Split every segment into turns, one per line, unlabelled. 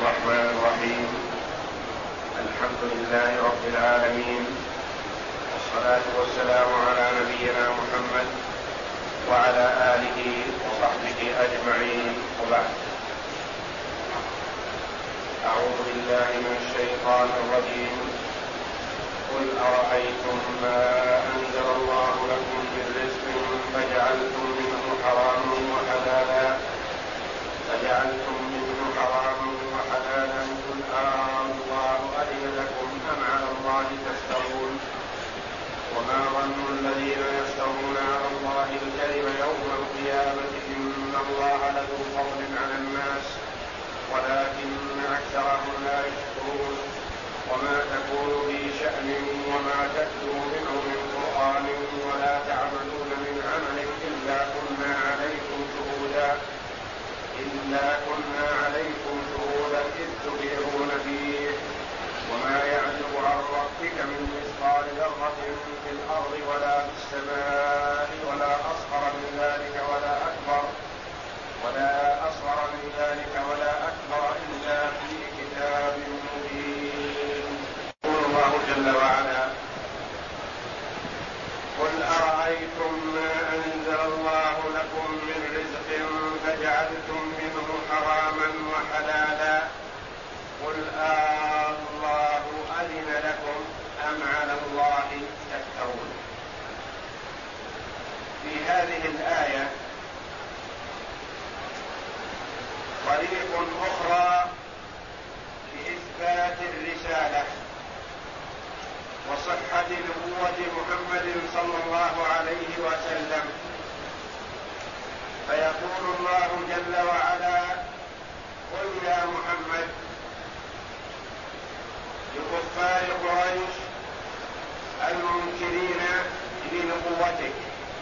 الرحمن الرحيم. الحمد لله رب العالمين، والصلاة والسلام على نبينا محمد وعلى آله وصحبه أجمعين، وبعد. أعوذ بالله من الشيطان الرجيم. قل أرأيتم ما أنزل الله لكم من رزق فجعلتم منه حراما قل الله أذن لكم أم على الله تفترون؟ وما ظن الذين يفترون على الله الكذب يوم القيامة إن الله لذو فضل على الناس ولكن أكثرهم لا يشكرون. وما تكون في شأن وما تتلو منه من قرآن ولا تعملون من عمل إلا كنا عليكم شهودا إذ تفيضون فيه. وما يعزب عن ربك من مثقال ذرة في الأرض ولا في السماء ولا أصغر من ذلك ولا أكبر إلا في كتاب مبين. يقول الله جل وعلا: قل أرأيتم ما أنزل الله لكم من رزق فجعلتم منه حراما وحلالا قل الله أذن لكم أم على الله تفترون. في هذه الآية طريق أخرى لإثبات الرسالة وصحة نبوة محمد صلى الله عليه وسلم. فيقول الله جل وعلا: قل يا محمد لكفار قريش المنكرين لنبوتك: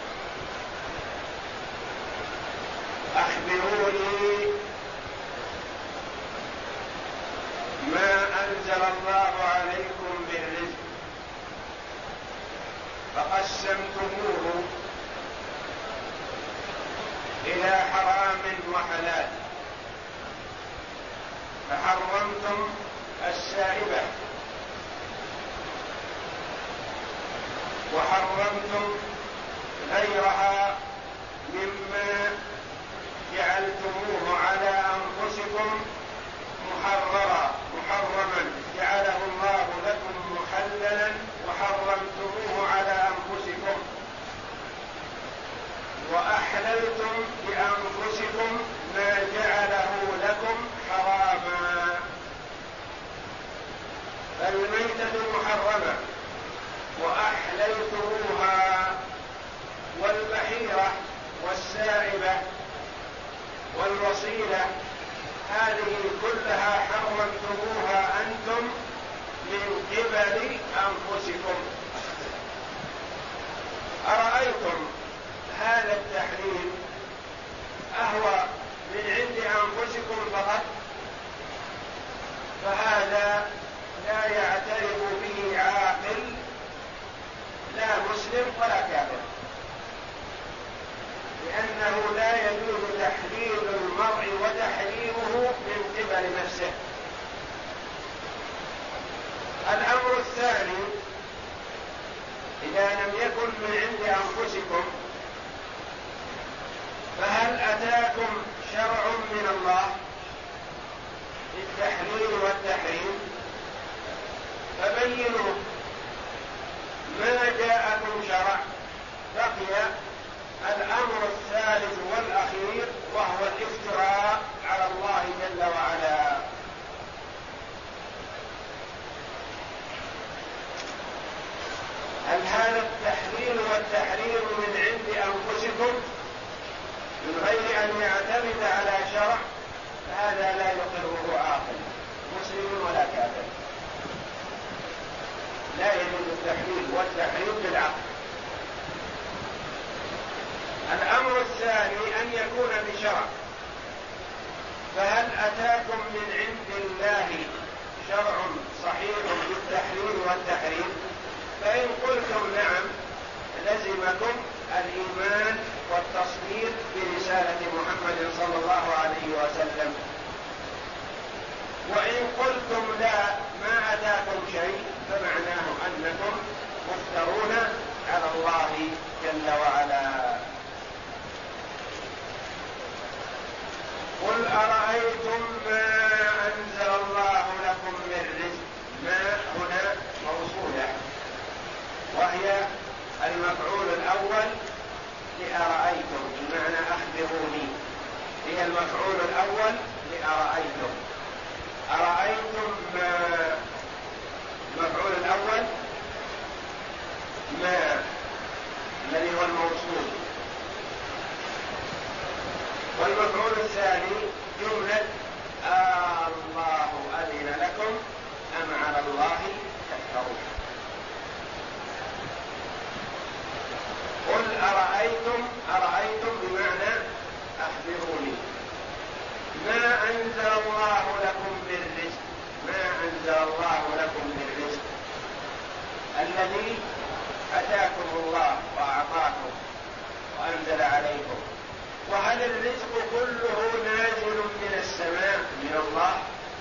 أخبروني ما أنزل الله عليكم بالرزق فقسمتموه إلى حرام وحلال، فحرمتم السائبة وحرمتم غيرها مما جعلتموه على أنفسكم محرما جعله الله لكم محللا وحرمتموه على أنفسكم، وأحللتم بأنفسكم ما جعله لكم حراما. فالميتة محرمة وأحللتموها، والبحيرة والسائبة والوصيلة هذه كلها حرمتموها أنتم من قبل أنفسكم. أرأيتم هذا التحريم أهو من عند أنفسكم فقط؟ فهذا لا يعترف به عاقل، لا مسلم ولا كافر، لأنه لا يجوز تحليل المرء وتحريمه من قبل نفسه. الأمر الثاني: إذا لم يكن من عند أنفسكم فهل أتاكم شرع من الله للتحليل والتحريم؟ فبينوا ما جاءكم شرع. بقي الأمر الثالث والأخير وهو الافتراء على الله جل وعلا. هل هذا التحليل والتحريم من عند أنفسكم من غير أن يعتمد على شرع؟ فهذا لا يقره عاقل مسلم ولا كافر. لا يجوز التحليل والتحريم بالعقل. الأمر الثاني أن يكون بشرع. فهل أتاكم من عند الله شرع صحيح بالتحليل والتحريم؟ فإن قلتم نعم لزمكم الإيمان والتصديق برسالة محمد صلى الله عليه وسلم. قلتم لا ما أتاكم شيء فمعناه أنكم مفترون على الله جل وعلا. قل أرأيتم ما أنزل الله لكم من رزق. ما هنا موصولة وهي المفعول الأول لأرأيتم بمعنى أخبروني، هي المفعول الأول لأرأيتم. أرأيتم ما المفعول الأول ما الذي هو الموصول، والمفعول الثاني جملة الله أذن لكم أم على الله تفترون. قل أرأيتم بمعنى أخبروني ما أنزل الله لكم من رزق. ما أنزل الله لكم من رزق الذي أتاكم الله وأعطاكم وأنزل عليكم. وهل الرزق كله نازل من السماء من الله؟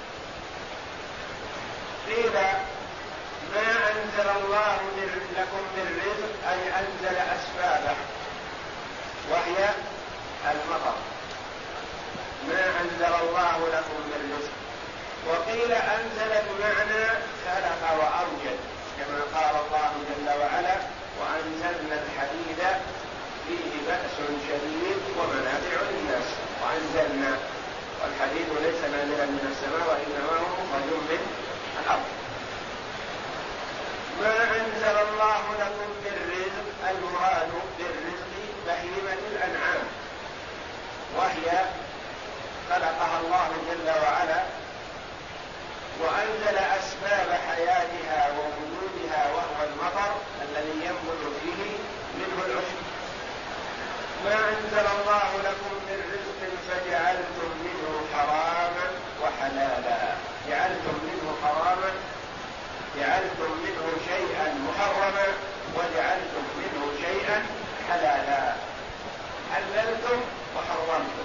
قيل ما أنزل الله لكم من رزق أي أنزل أسبابه وهي المطر. ما أنزل الله لكم من رزق. وقيل أنزل بمعنى خلق وأوجد كما قال الله جل وعلا وأنزلنا الحديد فيه بأس شديد ومنافع للناس. وأنزلنا والحديد ليس نازلا من السماء وإنما هو مخرج من الأرض. ما أنزل الله لكم من رزق المراد بالرزق بهيمة الأنعام وهي خلقها الله جل وعلا وأنزل أسباب حياتها ووجودها وهو المطر الذي ينبت فيه منه العشب. ما أنزل الله لكم من رزق فجعلتم منه حراما وحلالا. جعلتم منه حراما، جعلتم منه شيئا محرما وجعلتم منه شيئا حلالا. حللتم وحرمتم.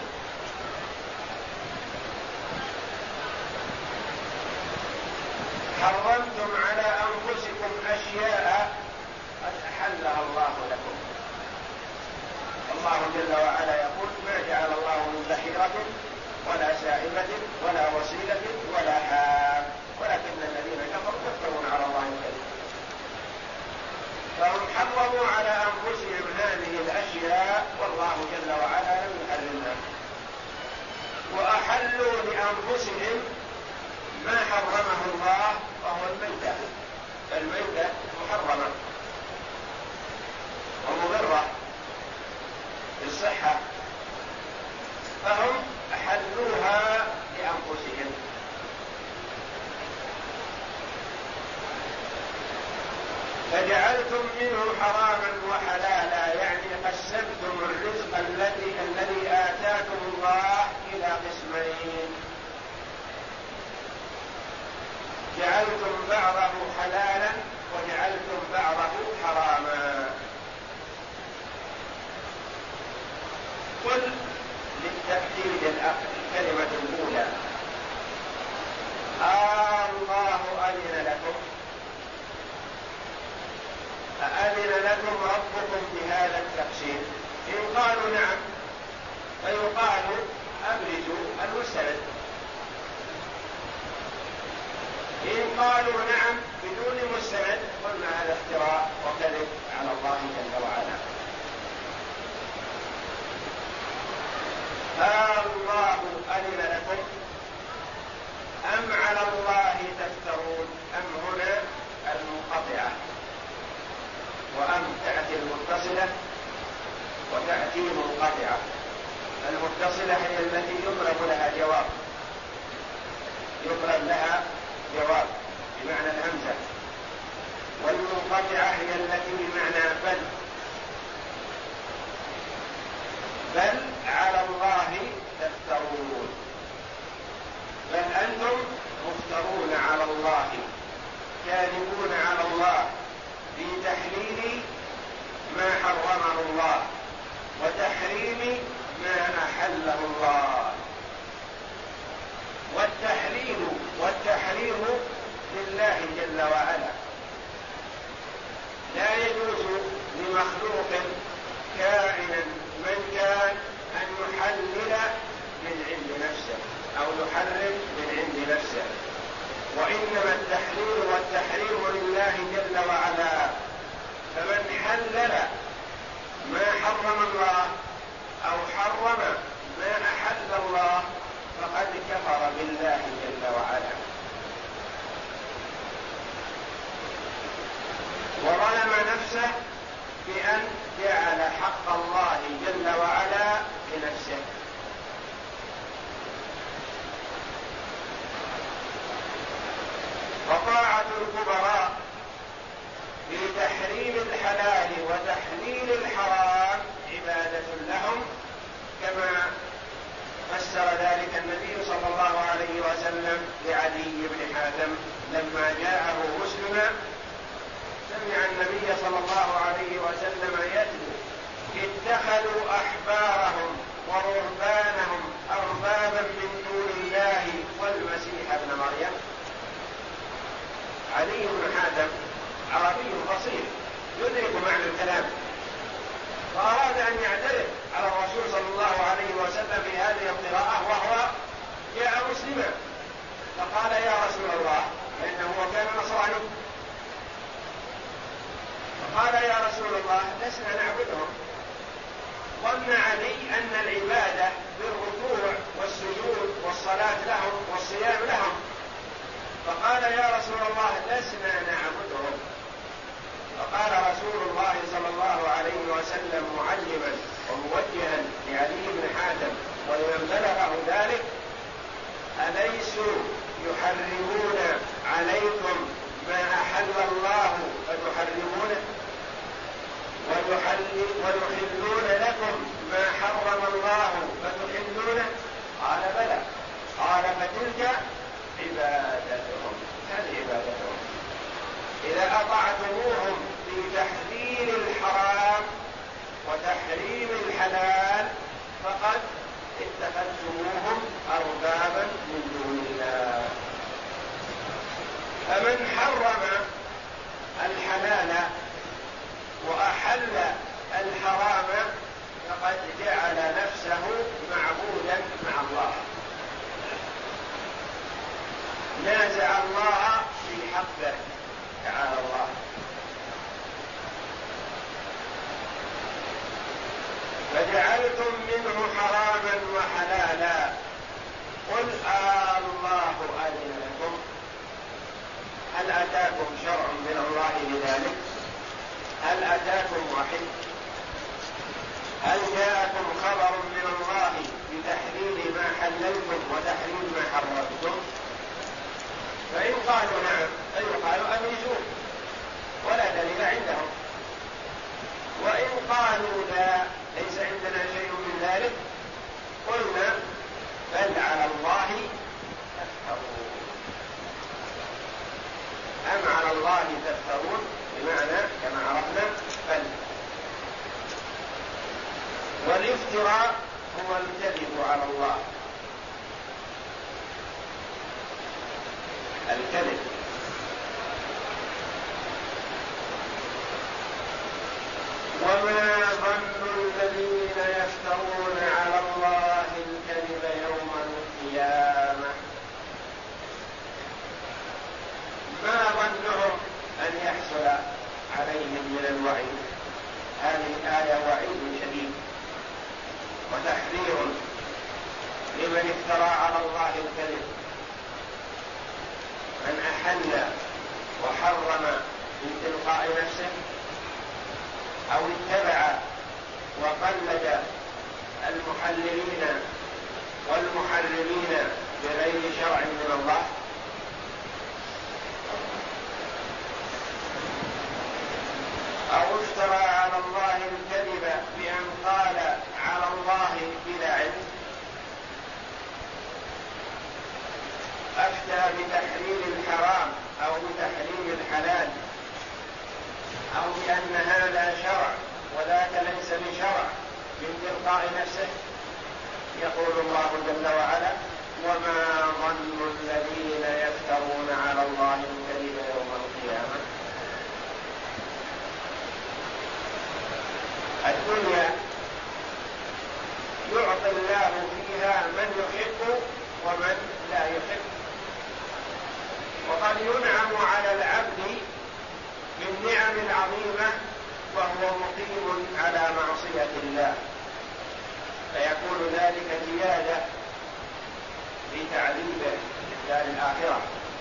حرمتم على أنفسكم أشياء قد أحلها الله لكم. الله جل وعلا يقول ما جعل الله من بحيرة ولا سائبة ولا وسيلة ولا حام ولكن الذين كفروا يفترون على الله الكذب. فهم حرموا على أنفسهم هذه الأشياء والله جل وعلا لم يحرمها، وأحلوا لأنفسهم ما حرمه الله وهو الميتة. فالميتة محرمة ومضرة بالصحة فهم أحلوها لأنفسهم. فجعلتم منه حراما وحلالا يعني قسمتم الرزق الذي آتاكم الله إلى قسمين. جعلتم بعضه حلالا وجعلتم بعضه حراما. قل للتأكيد الكلمة الأولى الله أذن لكم. أأذن لكم ربكم بهذا التقسيم؟ إن قالوا نعم فيقال أبرزوا المستند. إن قالوا نعم بدون مستند قلنا هذا افتراء وكذب على الله جل وعلا. الله أذن لكم أم على الله تفترون. أم هنا المنقطعة وأم تأتي المتصلة وتأتي منقطعة. المتصلة هي التي يطلب لها جواب، يطلب لها جواب بمعنى الهمزة، والمنقطعة هي التي بمعنى بل على الله تفترون. بل أنتم مفترون على الله كاذبون على الله في تحليل ما حرمه الله وتحريم ما أحله الله. والتحليل والتحريم لله جل وعلا. لا يجوز لمخلوق كائنا من كان أن يحلل من عند نفسه أو يحرم من عند نفسه، وإنما التحليل والتحريم لله جل وعلا. فمن حلل ما حرم الله أو حرم ما أحل الله فقد كفر بالله جل وعلا وظلم نفسه بأن جعل حق الله جل وعلا لنفسه. وطاعة الكبراء في تحريم الحلال وتحليل الحرام عبادة لهم، كما فسر ذلك النبي صلى الله عليه وسلم لعدي بن حاتم لما جاءه مسلما سمع النبي صلى الله عليه وسلم يتلو: اتخذوا أحبارهم ورهبانهم أربابا من دون الله والمسيح ابن مريم. علي بن حاتم عربي بسيط يدرك معنى الكلام، فأراد أن يعترض على الرسول صلى الله عليه وسلم في هذه القراءة وهو جاء مسلما، فقال: يا رسول الله، لأنه كان نصراني، فقال: يا رسول الله، لسنا نعبدهم. ظن علي أن العبادة بالركوع والسجود والصلاة لهم والصيام لهم، فقال: يا رسول الله، لسنا نعبدهم. فقال رسول الله صلى الله عليه وسلم معلما وموجها لعلي بن حاتم ولمن بلغه ذلك: أليسوا يحرمون عليكم ما أحل الله فتحرمونه ويحلون لكم ما حرم الله فتحلونه؟ قال: بلى. قال: فتلك عبادتهم، هذه عبادتهم. إذا أطعتموهم في تحليل الحرام وتحريم الحلال فقد اتخذتموهم أربابا من دون الله. فمن حرم الحلال وأحل الحرام فقد جعل نفسه معبودا مع الله، نازع الله في حقه تعالى الله. فجعلتم منه حراما وحلالا، قل الله أذن لكم؟ هل أتاكم شرع من الله بذلك؟ هل أتاكم وحي؟ هل جاءكم خبر من الله بتحليل ما حللتم وتحريم ما حرمتم؟ فإن قالوا نعم فيقال أميزون ولا دليل عندهم، وإن قالوا لا ليس عندنا شيء من ذلك قلنا بل على الله تفترون. أم على الله تفترون بمعنى كما عرفنا بل. والافتراء هو الكذب على الله، الكذب. وما ظن الذين يفترون على الله الكذب يوم القيامة، ما ظنهم أن يحصل عليهم من الوعيد. هذه الآية وعيد شديد وتحذير لمن افترى على الله الكذب، من أحل وحرم من تلقاء نفسه أو اتبع وقلد المحللين والمحرمين بغير شرع من الله، أو افترى على الله الكذب بأن قال على الله بلا علم، أفتى بتحريم الحرام أو بتحريم الحلال، أو بأن هذا شرع وذاك ليس بشرع من تلقاء نفسه. يقول الله جل وعلا: وما ظن الذين يفترون على الله الكذب الله فيها من يحب ومن لا يحب. وقد ينعم على العبد بالنعم العظيمة وهو مقيم على معصية الله، فيكون ذلك زيادة في تعذيبه في الدار الآخرة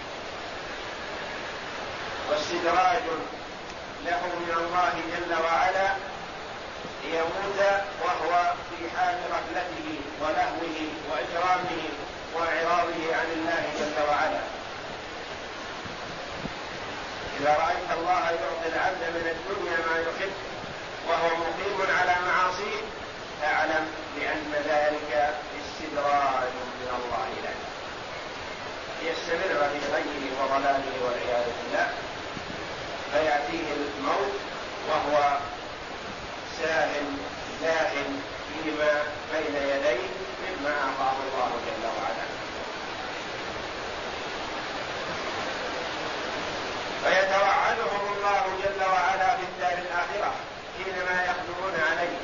واستدراج له من الله جل وعلا ليموت وهو في حال غفلته ولهوه وإجرامه وإعراضه عن الله جل وعلا. إذا رأيت الله يعطي العبد من الدنيا ما يحب وهو مقيم على معاصيه فاعلم بأن ذلك استدراج من الله له ليستمر في غيه وضلاله والعياذ بالله، فيأتيه الموت وهو ساهل داخل فيما بين يديه مما أعطاه الله جل وعلا. فيتوعدهم الله جل وعلا في الدار الآخرة حينما يقدرون عليه،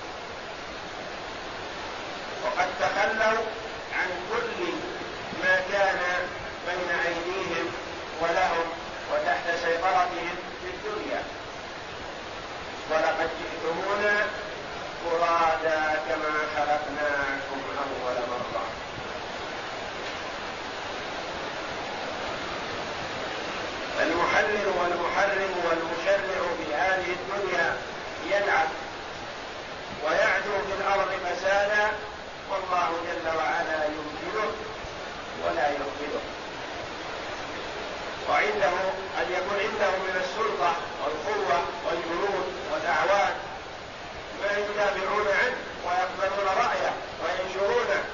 وقد تخلوا عن كل ما كان بين أيديهم ولهم وتحت سيطرتهم في الدنيا. ولقد جئتمونا فرادا كما خلقناكم أول مرة. المحلل والمحرم والمشرع في هذه الدنيا يلعب ويعدو في الأرض فسادا، والله جل وعلا يمكنه ولا يغفله، وعنده أن يكون عنده من السلطة والقوة والجنود والأعوان ما يدافعون عنه ويقبلون رأيه وينشرونه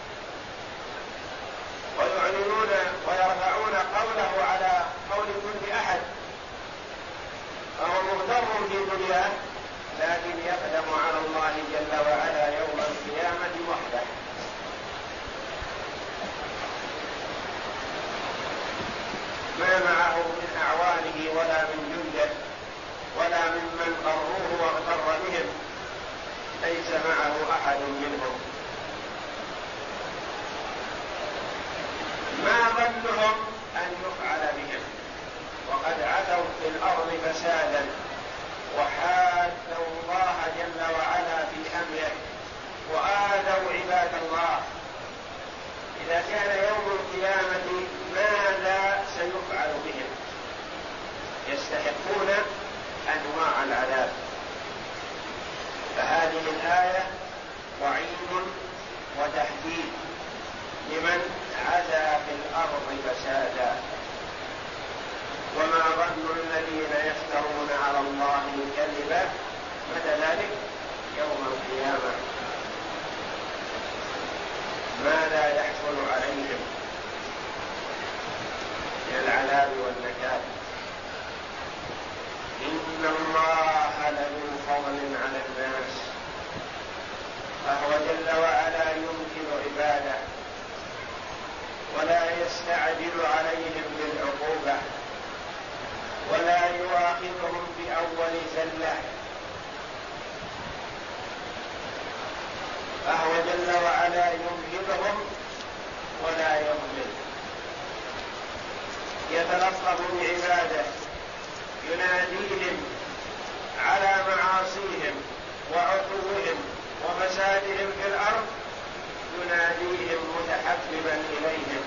ويعلنون ويرفعون قوله على قول كل أحد، فهو مغتر في دنياه لكن يقدم على الله جل وعلا يوم القيامة وحده. ما معه من أعوانه ولا من جنده ولا ممن قروه واغتر بهم، ليس معه أحد منهم. ما ظنهم أن يفعل بهم وقد عتوا في الأرض فسادا وحادوا الله جل وعلا في أمره وآذوا عباد الله. إذا كان يوم القيامة ماذا سيفعل بهم؟ يستحقون أنواع العذاب. فهذه الآية وعيد وتحديد لمن عدا في الأرض فسادا. وما ظن الذين يفترون على الله الكذب متى ذلك؟ يوم القيامة. ماذا يحصل عليهم من العذاب والنكال؟ إن الله لذو فضل على الناس، فهو جل وعلا يمكن عباده ولا يستعجل عليهم بالعقوبة ولا يؤاخذهم بأول زلة، فهو جل وعلا يمهلهم ولا يضمن، يتلطف بعباده، يناديهم على معاصيهم وعتوهم وفسادهم في الأرض، يناديهم متحببا إليهم.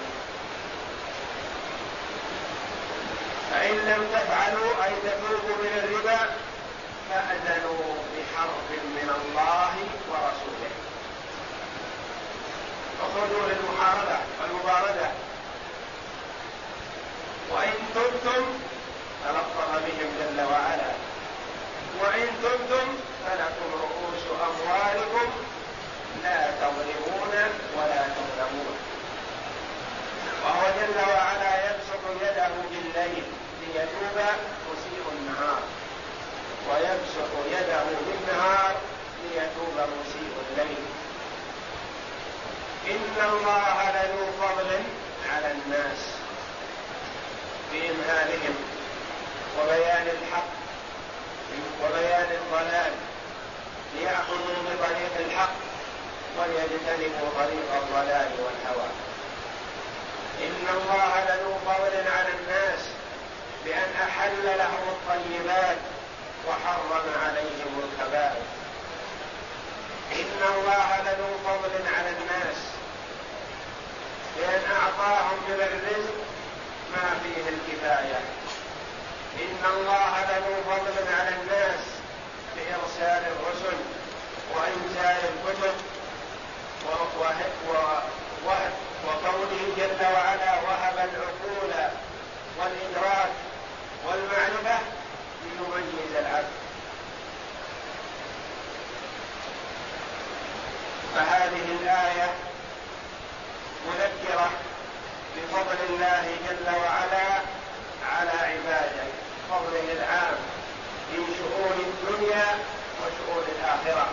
فإن لم تفعلوا أي تتوبوا من الربا فأذنوا بحرب من الله ورسوله، اخرجوا للمحاربة والمباردة، وإن تبتم تلطف بهم جل وعلا، وإن تبتم فلكم رؤوس أموالكم لا تظلمون ولا تظلمون. وهو جل وعلا يبسط يده بالليل ليتوب مسيء النهار، ويبسط يده بالنهار ليتوب مسيء الليل. إن الله لذو فضل على الناس بإمهالهم وبيان الحق وبيان الضلال ليأخذوا بطريق الحق وليجتنبوا طريق الضلال والهوى. إن الله لذو فضل على الناس بأن أحل لهم الطيبات وحرم عليهم الخبائث. إن الله لذو فضل على الناس بأن أعطاهم من الرزق ما فيه الكفاية. إن الله لذو فضل على الناس بإرسال الرسل وإنزال الكتب وقوله جل وعلا وهب العقول والإدراك والمعرفة ليميز العبد. فهذه الآية مذكرة بفضل الله جل وعلا على عباده، فضله العام في شؤون الدنيا وشؤون الآخرة.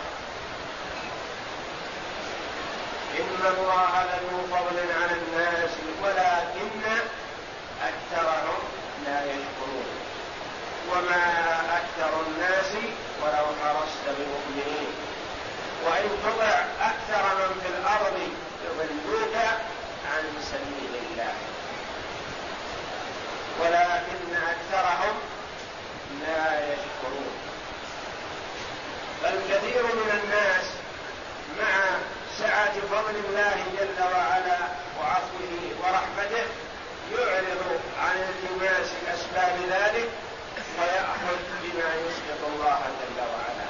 إن الله لذو فضل على الناس ولكن أكثرهم لا يشكرون. وما أكثر الناس ولو حرصت بمؤمنين، وإن تطع أكثر من في الأرض يضلوك عن سبيل الله ولكن أكثرهم لا يشكرون. بل كثير من الناس مع سعة فضل الله جل وعلا وعفوه ورحمته يعرض عن التماس أسباب ذلك ويأخذ بما يسقط الله جل وعلا،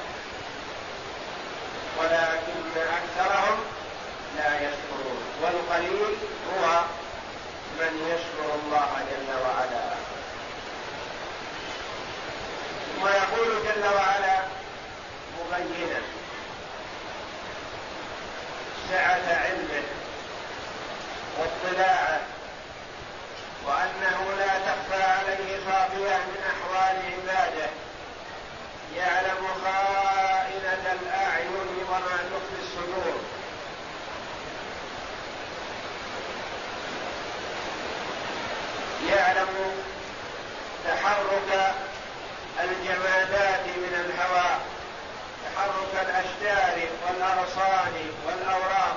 ولكن أكثرهم لا يشكرون. والقليل هو من يشكر الله جل وعلا. ويقول جل وعلا مبينا سعة علمه واطلاعه وأنه لا تخفى عليه خافية من أحوال عباده، يعلم خائنة الأعين وما تخفي الصدور. يعلم تحرك الجمادات من الهواء، تحرك الأشجار والأغصان والأوراق،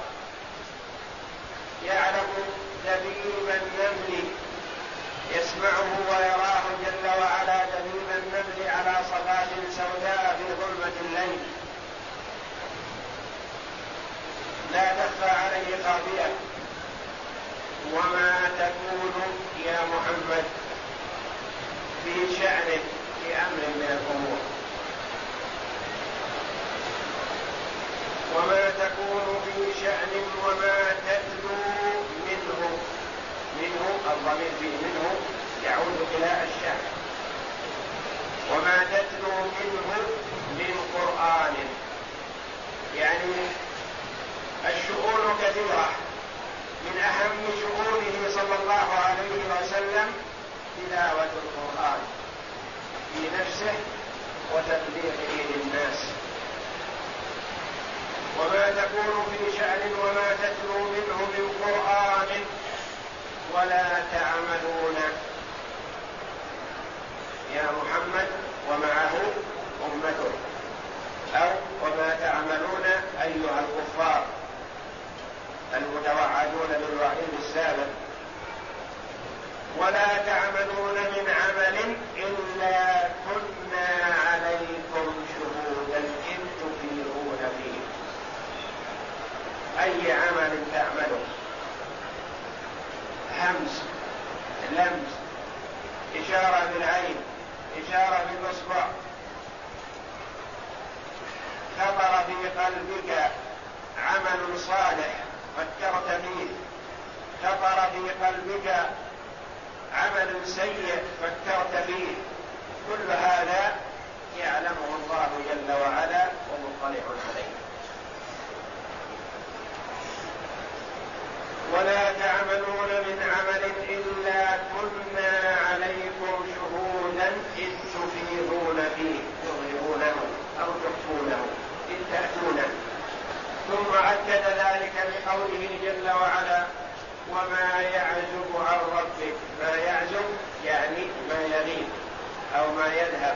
يعلم دبيب النمل، يسمعه ويراه جل وعلا دبيب النمل على صفات سوداء في ظلمة الليل، لا تخفى عليه خافية. وما تكون يا محمد في شأنك في أمر من الأمور، وما تكون في شأن وما تتلو منه، الضمير فيه منه يعود إلى الشأن، وما تتلو منه من قرآن. يعني الشؤون كثيرة، من أهم شؤونه صلى الله عليه وسلم تلاوة القرآن في نفسه وتبليغه للناس. وما تكون في شأن وما تتلو منه من قرآن ولا تعملون يا محمد ومعه أمته، أو وما تعملون أيها الكفار المتوعدون بالوعيد السابق، ولا تعملون من عمل إلا كنا عليكم شهودا إذ تفيضون فيه. أي عمل تعمله، همس، لمس، إشارة بالعين، إشارة بالإصبع، خطر في قلبك عمل صالح فكرت فيه، خطر في قلبك عمل سيء فكرت فيه، كل هذا يعلمه الله جل وعلا ومطلع عليه. ولا تعملون من عمل إلا كنا عليكم شهودا إذ تفيضون فيه، تظهرونه أو تخفونه إذ تأتونه. ثم أكد ذلك بقوله جل وعلا وما يعزب عن ربك. ما يعزب يعني ما يغيب أو ما يذهب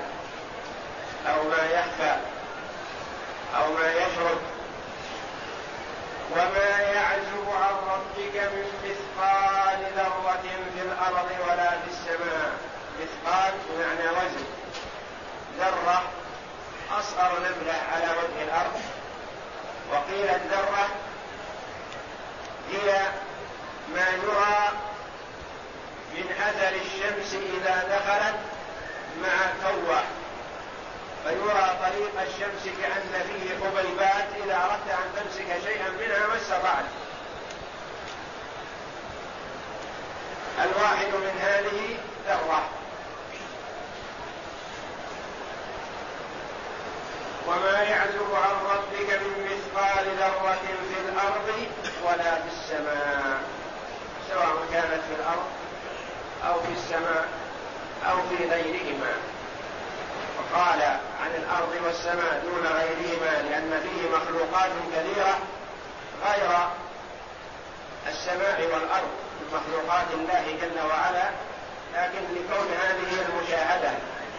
أو ما يخفى أو ما يشرد. الأرض ولا في السماء. مثقال بمعنى وزن. ذرة أصغر نملة على وجه الأرض. وقيل الذرة هي ما يرى من أثر الشمس إذا دخلت مع كوة، فيرى طريق الشمس كأن فيه حبيبات، إذا أردت أن تمسك شيئا منها ما استطعت. الواحد من هذه ذرة. وما يعزب عن ربك من مثقال ذرة في الأرض ولا في السماء، سواء كانت في الأرض أو في السماء أو في غيرهما. وقال عن الأرض والسماء دون غيرهما لأن فيه مخلوقات كثيرة غير السماء والأرض من مخلوقات الله جل وعلا، لكن لكون هذه المشاهدة،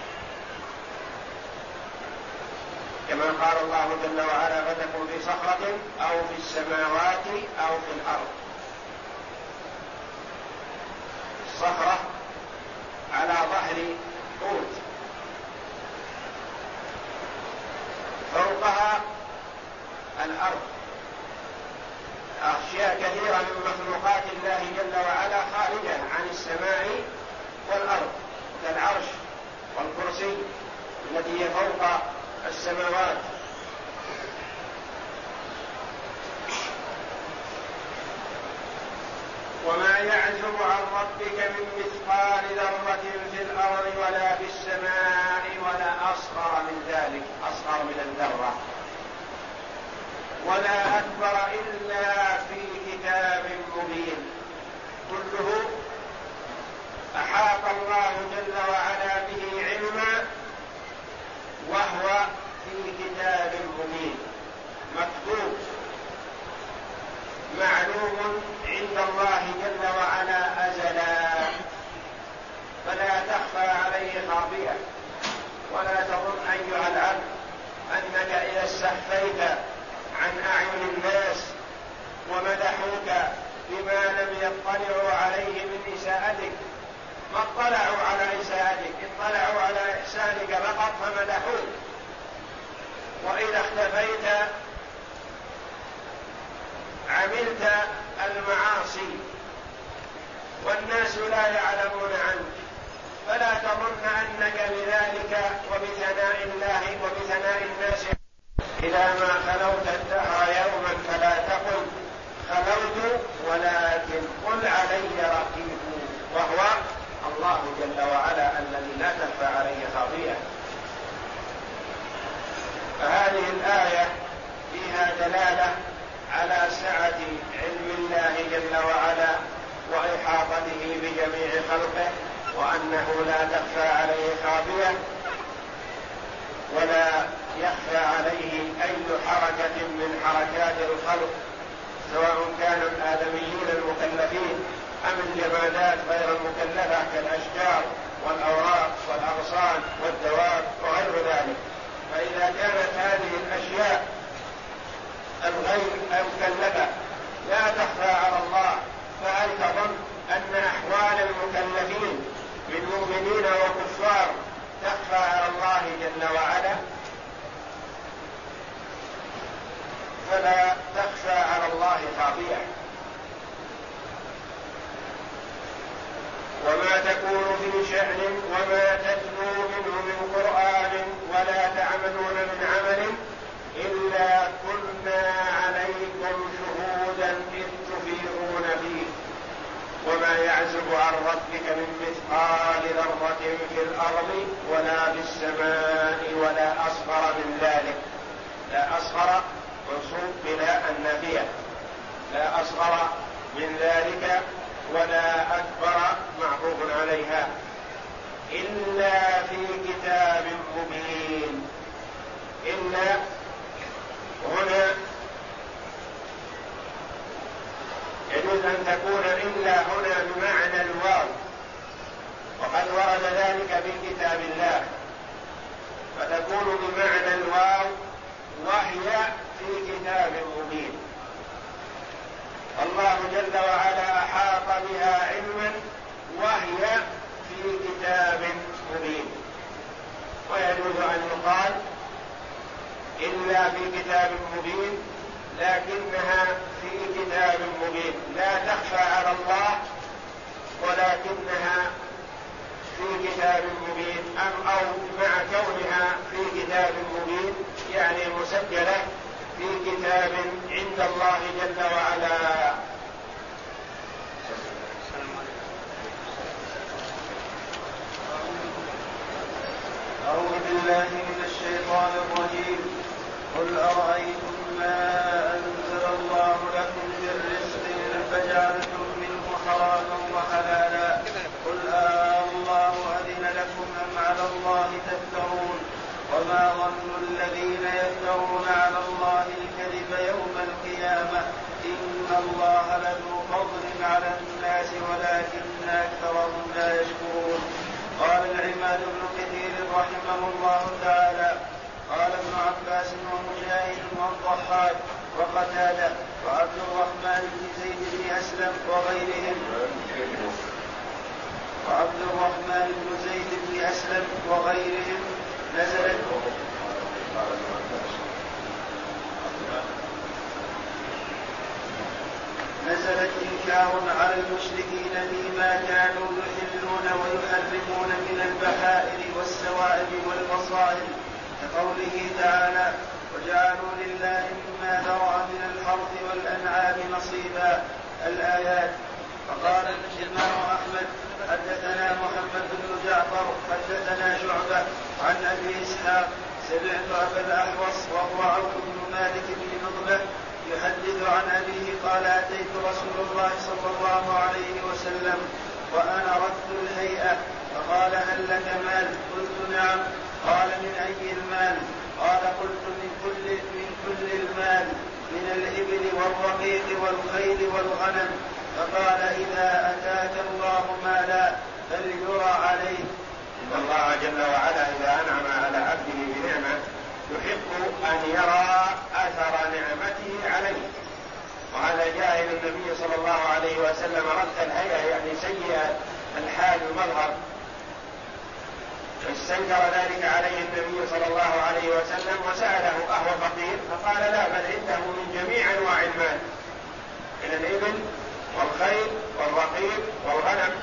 كما قال الله جل وعلا فتكن في صخرة أو في السماوات أو في الأرض. الصخرة على ظهر حوت، فوقها الأرض. أشياء كثيرة من مخلوقات الله جل وعلا خارجة عن السماء والأرض، كالعرش والكرسي التي هي فوق السماوات. وما يعزب عن ربك من مثقال ذرة في الأرض ولا في السماء ولا أصغر من ذلك، أصغر من الذرة، ولا أكبر إلا في كتاب مبين. كله أحاط الله جل وعلا به علما، وهو في كتاب مبين مكتوب معلوم عند الله جل وعلا أزلا، فلا تخفى عليه خافية. ولا تظن أيها العبد أنك إذا استخفيت عن أعين الناس ومدحوك بما لم يطلعوا عليه من إساءتك، ما اطلعوا على إساءتك، اطلعوا على إحسانك فقط فمدحوك. وإذا اختفيت عملت المعاصي والناس لا يعلمون عنك، فلا تظن أنك بذلك وبثناء الله وبثناء الناس إذا ما خلوت الدهر يوما فلا تقل خلوت، ولكن قل علي رقيب، وهو الله جل وعلا الذي لا تخفى عليه خافية. فهذه الآية فيها دلالة على سعة علم الله جل وعلا وإحاطته بجميع خلقه، وأنه لا تخفى عليه خافية ولا يخفى عليه أي حركة من حركات الخلق، سواء كانوا الآدميين المكلفين أم الجمادات غير المكلفة كالأشجار والأوراق والأغصان والدواب وغير ذلك. فإذا كانت هذه الأشياء الغير المكلفة لا تخفى على الله، فهل تظن أن أحوال المكلفين من مؤمنين وكفار تخفى على الله جل وعلا؟ فلا تخفى على الله خافية. وما تكون في شأن وما تتلو منه من قرآن ولا تعملون من عمل إلا كنا عليكم شهودا إذ تفيضون فيه. وما يعزب عن ربك من مثقال ذرة في الأرض ولا في السماء ولا أصغر من ذلك. لا أصغر منصوب بلا النافية، لا أصغر من ذلك ولا أكبر معروف عليها إلا في كتاب مبين. إلا هنا يجوز أن تكون إلا هنا بمعنى الواو، وقد ورد ذلك في كتاب الله، فتكون بمعنى الواو وهي في كتاب مبين. الله جل وعلا أحاط بها علما وهي في كتاب مبين، لكنها في كتاب مبين لا تخفى على الله، ولكنها في كتاب مبين، أو مع كونها في كتاب مبين يعني مسجلة في كتاب عند الله جل وعلا.
أعوذ بالله من الشيطان الرجيم. قل أرأيتم ما أنزل الله لكم من رزق فجعلتم منه حراما وحلالا قل الله أذن لكم أم على الله تفترون وما ظن الذين يفترون على الله الكذب يوم القيامة إن الله لذو فضل على الناس ولكن أكثرهم لا يشكرون. قال العماد بن كثير رحمه الله تعالى قال ابن عباس ومجاهد والضحاك وقتادة وعبد الرحمن بن زيد بن أسلم وغيرهم نزلت إنكار على المشركين فيما كانوا يحلون ويحرمون من البحائر والسوائب والمصائب كقوله تعالى وجعلوا لله مما ذرأ من الحرث والأنعام نصيبا الآيات. فقال الإمام أحمد حدثنا محمد بن جعفر حدثنا شعبة عن أبي إسحاق سمعت أبا الأحوص وهو عوف بن مالك بن نضلة يحدث عن أبيه قال أتيت رسول الله صلى الله عليه وسلم وأنا رد الهيئة فقال هل لك مال؟ قلت نعم. قال من أي المال؟ قال قلت من كل المال من الإبل والرقيق والخيل والغنم. فقال إذا أتاك الله مالا فليرى عليه.
إن الله جل وعلا إذا أنعم على عبده بنعمة يحب أن يرى أثر نعمته عليه، وهذا جاء إلى النبي صلى الله عليه وسلم رد الهيئة يعني سيء الحال المظهر، فاستنكر ذلك عليه النبي صلى الله عليه وسلم وسأله أهو فقير؟ فقال لا، بل عنده من جميع أنواع المال من الإبل والخيل والرقيق والغنم.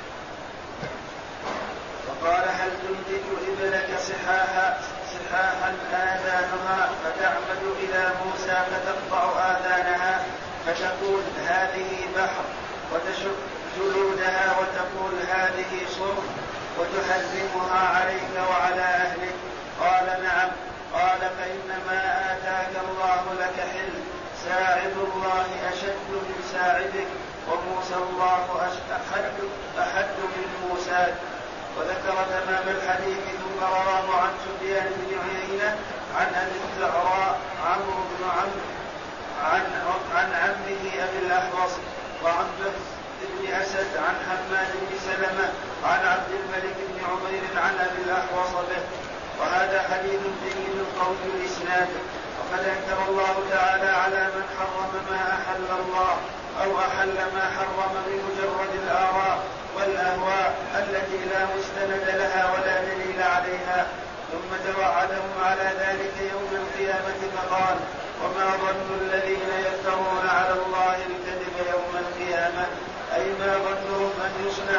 فقال هل تنتج إبلك صحاحا آذانها فتعمد إلى موسى فتقطع آذانها فتقول هذه بحر وتشق جلودها وتقول هذه صرف وتحرمها عليك وعلى أهلك؟ قال نعم. قال فإنما آتاك الله لك حل ساعد الله أشد من ساعدك وموسى الله أحد من موساك. وذكر تمام الحديث ثم رواه عن سفيان بن عيينة عن أبي الزهراء عمرو بن عمرو عن عمه أبي الأحوص وعن بن أسد عن حماد بن سلمة عن عبد الملك بن عمير عن أبي الأحوص به. وهذا حديث جيد قوي الإسناد. وقد أنكر الله تعالى على من حرم ما أحل الله أو أحل ما حرم بمجرد الآراء والأهواء التي لا مستند لها ولا دليل عليها، ثم توعدهم على ذلك يوم القيامة فقال وما ظن الذين يفترون على الله الكذب يوم القيامة أي ما ظنهم أن يصنع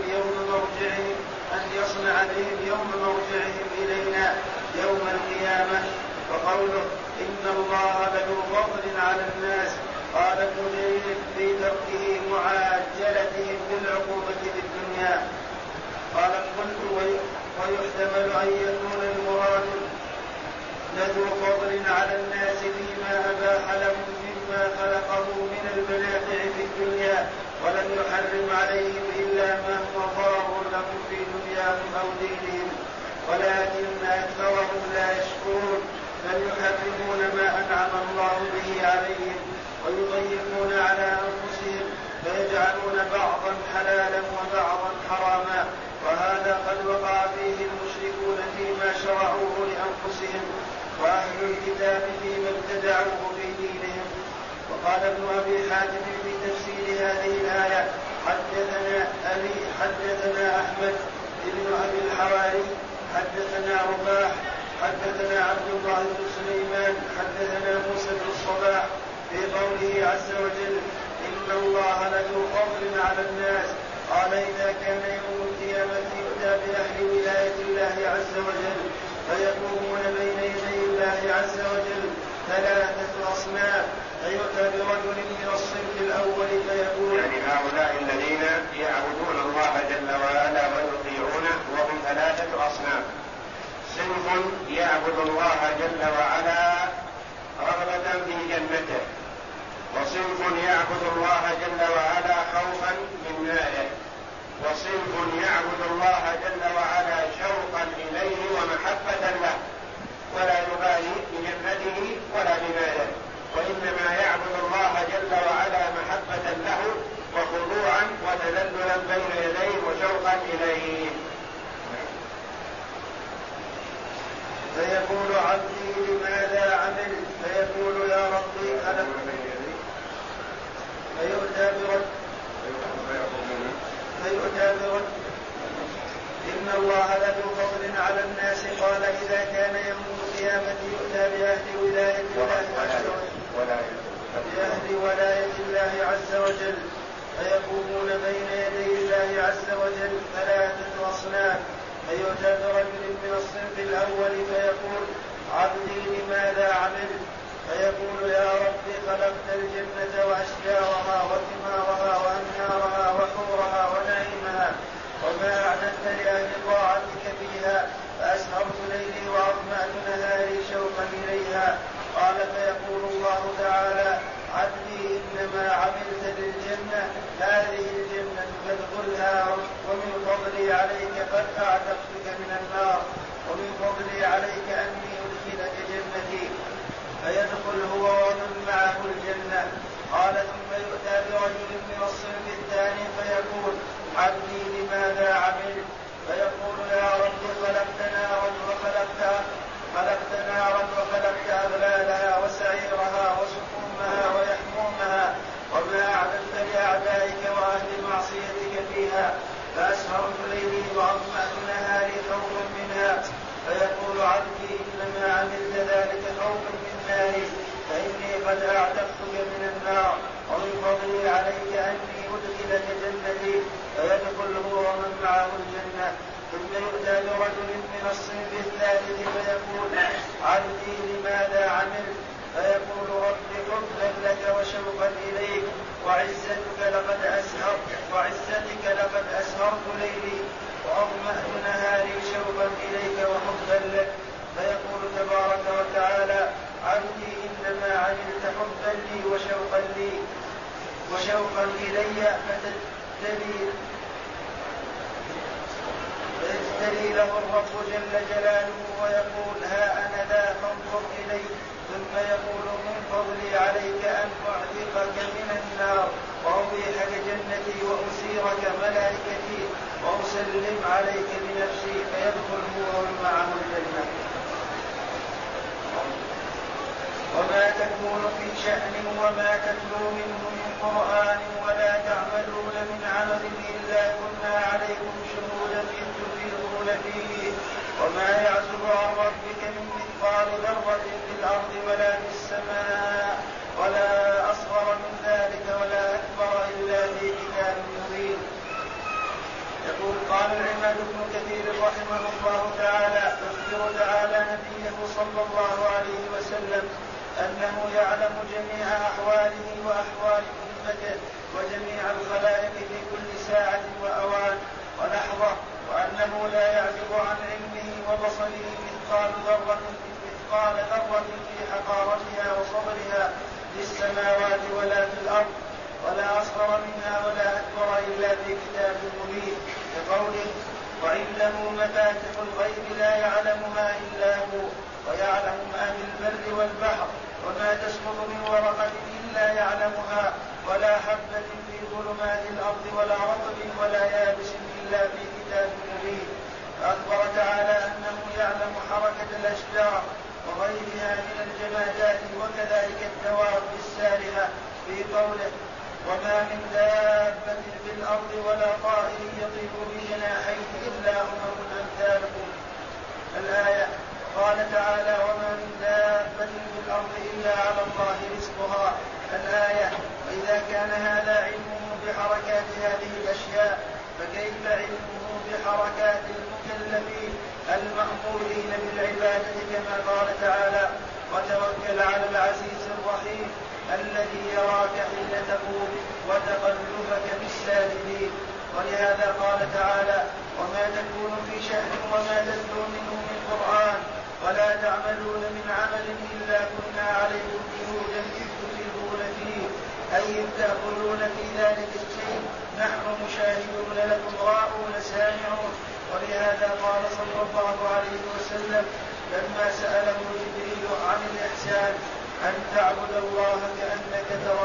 بهم يوم مرجعهم إلينا يوم القيامة. وقوله إن الله لذو فضل على الناس قال ابن جرير في تركه معاجلتهم بالعقوبة في الدنيا. قال قلت ويحتمل أن يكون المراد لذو فضل على الناس فيما أباح لهم مما خلقه من المنافع في الدنيا ولم يحرم عليهم إلا ما هو ضار لهم في دنياهم أو دينهم، ولكن أكثرهم لا يشكرون بل يحرمون ما أنعم الله به عليهم ويضيقون على أنفسهم فيجعلون بعضا حلالا وبعضا حراما، وهذا قد وقع فيه المشركون فيما شرعوه لأنفسهم وأهل الكتاب فيما ابتدعوه في دينهم. وقال ابن أبي حاتم في تفسير هذه الآية حدثنا أحمد بن أبي الحواري حدثنا رباح حدثنا عبد الله بن سليمان حدثنا موسى بن الصباح في قوله عز وجل إن الله لذو فضل على الناس قال إذا كان يوم القيامة يؤتى بأهل ولاية الله عز وجل فيقومون بين يدي الله عز وجل ثلاثة أصناف فيؤتى برجل من الصنف الأول فيقول
يعني هؤلاء الذين يعبدون الله جل وعلا ويطيعونه وهم ثلاثة أصناف. صنف يعبد الله جل وعلا رغبة في جنته، وصنف يعبد الله جل وعلا خوفا من ناره، وصنف يعبد الله جل وعلا شوقا إليه ومحبة له ولا يبالي بجنته ولا بماله، وإنما يعبد الله جل وعلا محبة له وخضوعا وتذللا بين يديه وشوقا إليه.
فيقول عبدي لماذا عمل فيقول يا ربي فيؤتى برد إن الله لذو فضل على الناس قال إذا كان يوم القيامة يؤتى بأهل ولاية الله عز وجل فيقومون بين يدي الله عز وجل ثلاثة أصناف فيؤتى برجل من الصنف الأول فيقول عبدي لماذا عمل فيقول يا ربي خلقت الجنة وأشجارها وثمارها وأنهارها وحورها ونعيمها وما أعددت لأهل طاعتك فيها فأسهرت ليلي وأظمأت نهاري شوقا إليها قال فيقول الله تعالى عبدي إنما عملت للجنة هذه الجنة فادخلها ومن فضلي عليك قد أعتقتك من النار ومن فضلي عليك أني أدخلك جنتي فيدخل هو ومن معه الجنة. قال ثم يؤتى برجل من الصنف الثاني فيقول عبدي لماذا عمل فيقول يا رب خلقت نارا وخلقت أغلالها وسعيرها وسقومها ويحمومها وما أعددت لأعدائك وأهل معصيتك فيها فأسهرت ليلي وأظمأت نهاري خوفا منها فيقول عبدي إنما عملت ذلك خوفا من ناري فإني قد أعتقتك من النار ومن فضلي عليك أني أدخلك جنتي فيدخل هو ومن معه الجنة. ثم يؤتى برجل من الصنف الثالث فيقول عبدي لماذا عمل فيقول رب حبا لك وشوقا إليك وعزتك لقد أسهرت ليلي وأظمأت نهاري شوقا إليك وحبا لك فيقول تبارك وتعالى عبدي إنما عملت حبا لي وشوقا إلي فيجتري له الرب جل جلاله ويقول ها أنا ذا فانظر إلي ثم يقول من فضلي عليك أن أعتقك من النار وأريحك جنتي وأسيرك ملائكتي وأسلم عليك بنفسي فيدخل هو معه الجنة. وما تكون في شأن وما تتلو منه من قرآن ولا تعملون من عمل إلا كنا عليكم شهودا إذ تفيضون فيه وما يعزب عن ربك من مثقال ذرة في الأرض ولا في السماء ولا أصغر من ذلك ولا أكبر إلا في كتاب مبين. يقول قال العماد بن كثير رحمه الله تعالى يخبر تعالى نبيه صلى الله عليه وسلم أنه يعلم جميع أحواله وأحوال أمته وجميع الخلائق في كل ساعة وأوان ولحظة وأنه لا يعزب عن علمه وبصره مثقال ذرة في حقارتها وصبرها في السماوات ولا في الأرض ولا أصغر منها ولا أكبر إلا في كتاب مبين كقوله وعنده مفاتح الغيب لا يعلمها إلا هو ويعلم ما في البر والبحر وما تسقط من ورقة إلا يعلمها ولا حبة في ظلمات الأرض ولا رطب ولا يابس إلا في كتاب مبين. فأخبر تعالى أنه يعلم حركة الأشجار وغيرها من الجمادات وكذلك الدواب السارحة في قوله وما من دابة في الأرض ولا طائر يطير بجناحيه إلا أمم أمثالكم الآية. قال علمه بحركات المكلفين المأمورين بالعبادة كما قال تعالى وتوكل على العزيز الرحيم الذي يراك حين تقوم وتقلبك في الساجدين. ولهذا قال تعالى وما تكون في شأن وما تتلو منه من قرآن ولا تعملون من عمل إلا كنا عليكم شهودا إذ تفيضون فيه أي إذ تأخذون في ذلك الشيء نحن مشاهدون لكم راءون سامعون. ولهذا قال صلى الله عليه وسلم لما سأله جبريل عن الإحسان أن تعبد الله كأنك تراه